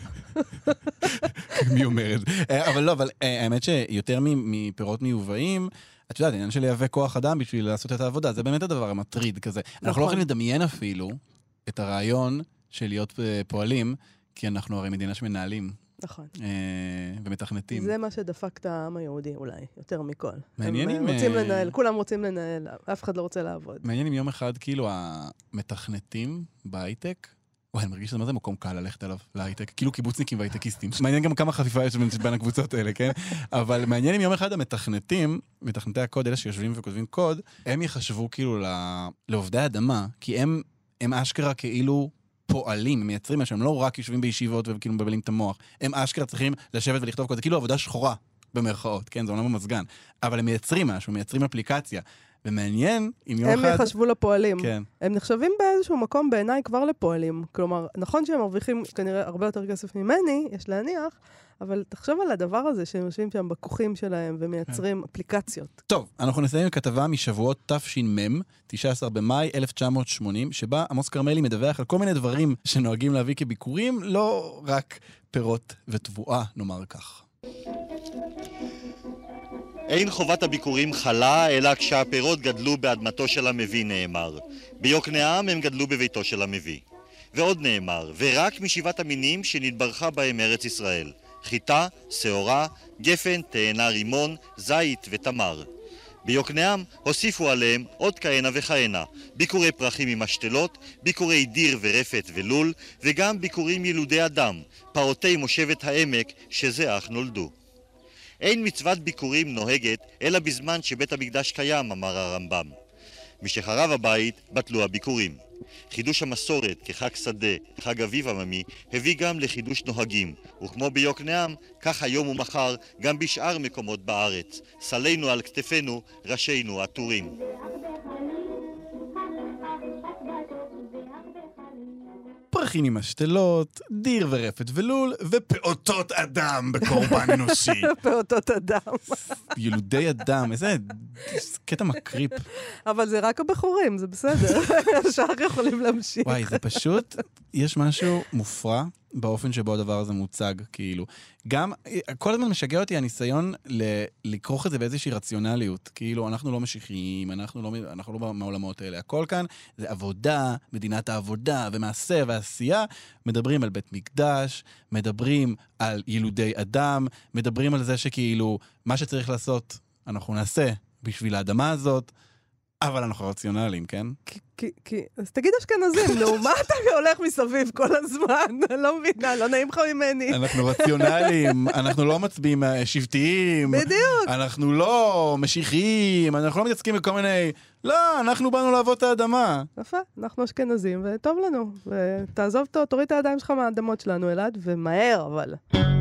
מי אומר את זה? אבל לא, אבל האמת שיותר מפירות מיובאים, את יודעת, העניין של לייבא כוח אדם בשביל לעשות את העבודה, זה באמת הדבר המטריד כזה. אנחנו לא יכולים לדמיין אפילו את הרעיון של להיות פועלים, כי אנחנו הרי מדינה שמנהלים. נכון. ומתכנתים. זה מה שדפק את העם היהודי אולי, יותר מכל. מעניין אם... הם רוצים לנהל, כולם רוצים לנהל, אף אחד לא רוצה לעבוד. מעניין אם יום אחד כאילו המתכנתים בהייטק, וואי, אני מרגיש שזה מה זה מקום קל ללכת עליו, להייטק, כאילו קיבוצניקים והייטקיסטים. מעניין גם כמה חפיפה יש בין הקבוצות האלה, כן? אבל מעניין אם יום אחד המתכנתים, מתכנתי הקוד, אלה שיושבים וכותבים קוד, הם יחשבו כאילו לעובדי האדמה, כי הם, הם אשכרה כאילו פועלים, מייצרים משהו, הם לא רק יושבים בישיבות וכאילו מבלבלים את המוח, הם אשכרה צריכים לשבת ולכתוב קוד, זה כאילו עבודה שחורה במרכאות, כן? זה עולם המזגן. אבל הם מייצרים משהו, מייצרים אפליקציה. ומעניין אם יום הם אחד... הם יחשבו לפועלים. כן. הם נחשבים באיזשהו מקום בעיניי כבר לפועלים. כלומר, נכון שהם מרוויחים כנראה הרבה יותר כסף ממני, יש להניח, אבל תחשוב על הדבר הזה שהם יושבים שם בכוחים שלהם ומייצרים אפליקציות. טוב, אנחנו נסיים עם כתבה משבועות תש"מ, תשעה עשר במאי אלף תשע מאות שמונים, שבה עמוס כרמלי מדווח על כל מיני דברים שנוהגים להביא כביקורים, לא רק פירות ותבואה, נאמר כך. אין חובת הביקורים חלה, אלא כשהפירות גדלו באדמתו של המביא נאמר. ביוקנעם הם גדלו בביתו של המביא. ועוד נאמר, ורק משבעת המינים שנתברכה בהם ארץ ישראל. חיטה, שעורה, גפן, תאנה, רימון, זית ותמר. ביוקנעם הוסיפו עליהם עוד כהנה וכהנה, ביקורי פרחים עם השתלות, ביקורי דיר ורפת ולול, וגם ביקורים ילודי אדם, פעוטי מושבת העמק שזה אך נולדו. אין מצוות ביקורים נוהגת, אלא בזמן שבית המקדש קיים, אמר הרמב"ם. משחרב הבית בטלו הביקורים. חידוש המסורת כחג שדה, חג אביב עממי, הביא גם לחידוש נוהגים, וכמו ביוקנעם, כך היום ומחר גם בשאר מקומות בארץ. סלינו על כתפינו, ראשינו עטורים. פרחים עם השתלות, דיר ורפת ולול, ופעוטות אדם בקורבן אנושי. פעוטות אדם. ילודי אדם, איזה קטע מקריפ. אבל זה רק הבחורים, זה בסדר. השאר יכולים להמשיך. וואי, זה פשוט, יש משהו מופרע באופן שבו הדבר הזה מוצג, כאילו. גם, כל הזמן משגע אותי הניסיון ל- לקרוח את זה באיזושהי רציונליות. כאילו, אנחנו לא משיחיים, אנחנו לא, אנחנו לא מהעולמות האלה. הכל כאן זה עבודה, מדינת העבודה, ומעשה ועשייה. מדברים על בית מקדש, מדברים על ילודי אדם, מדברים על זה שכאילו, מה שצריך לעשות, אנחנו נעשה בשביל האדמה הזאת, אבל אנחנו רציונליים, כן? כי, כי, אז תגיד אשכנזים, נו, מה אתה הולך מסביב כל הזמן? אני לא מבינה, לא נעים לך ממני. אנחנו רציונליים, אנחנו לא מצביעים שבטיים. בדיוק. אנחנו לא משיחיים, אנחנו לא מתעסקים בכל מיני... לא, אנחנו באנו לעבוד את האדמה. יפה, אנחנו אשכנזים, וטוב לנו. ותעזוב אותו, תוריד את הידיים שלך מהאדמות שלנו, אלעד, ומהר, אבל...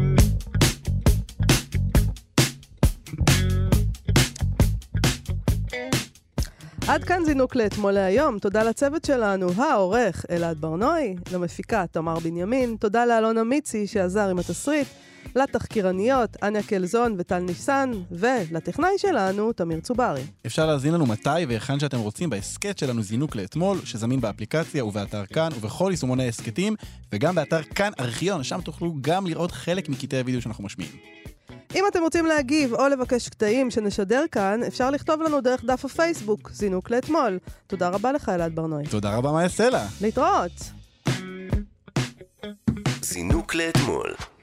עד כאן זינוק לאתמול להיום. תודה לצוות שלנו, העורך אלעד ברנוי, למפיקה תמר בנימין, תודה לאלונה מיצי שעזר עם התסריט, לתחקירניות אניה קלזון וטל ניסן, ולטכנאי שלנו תמיר צוברי. אפשר להזין לנו מתי והיכן שאתם רוצים בהסקט שלנו זינוק לאתמול, שזמין באפליקציה ובאתר כאן ובכל יישומוני הסקטים, וגם באתר כאן ארכיון, שם תוכלו גם לראות חלק מקטעי הוידאו שאנחנו משמיעים. אם אתם רוצים להגיב או לבקש קטעים שנשדר כאן, אפשר לכתוב לנו דרך דף הפייסבוק, זינוק לאתמול. תודה רבה לך, אלעד ברנוי. תודה רבה, מאיה סלע. להתראות. זינוק לאתמול.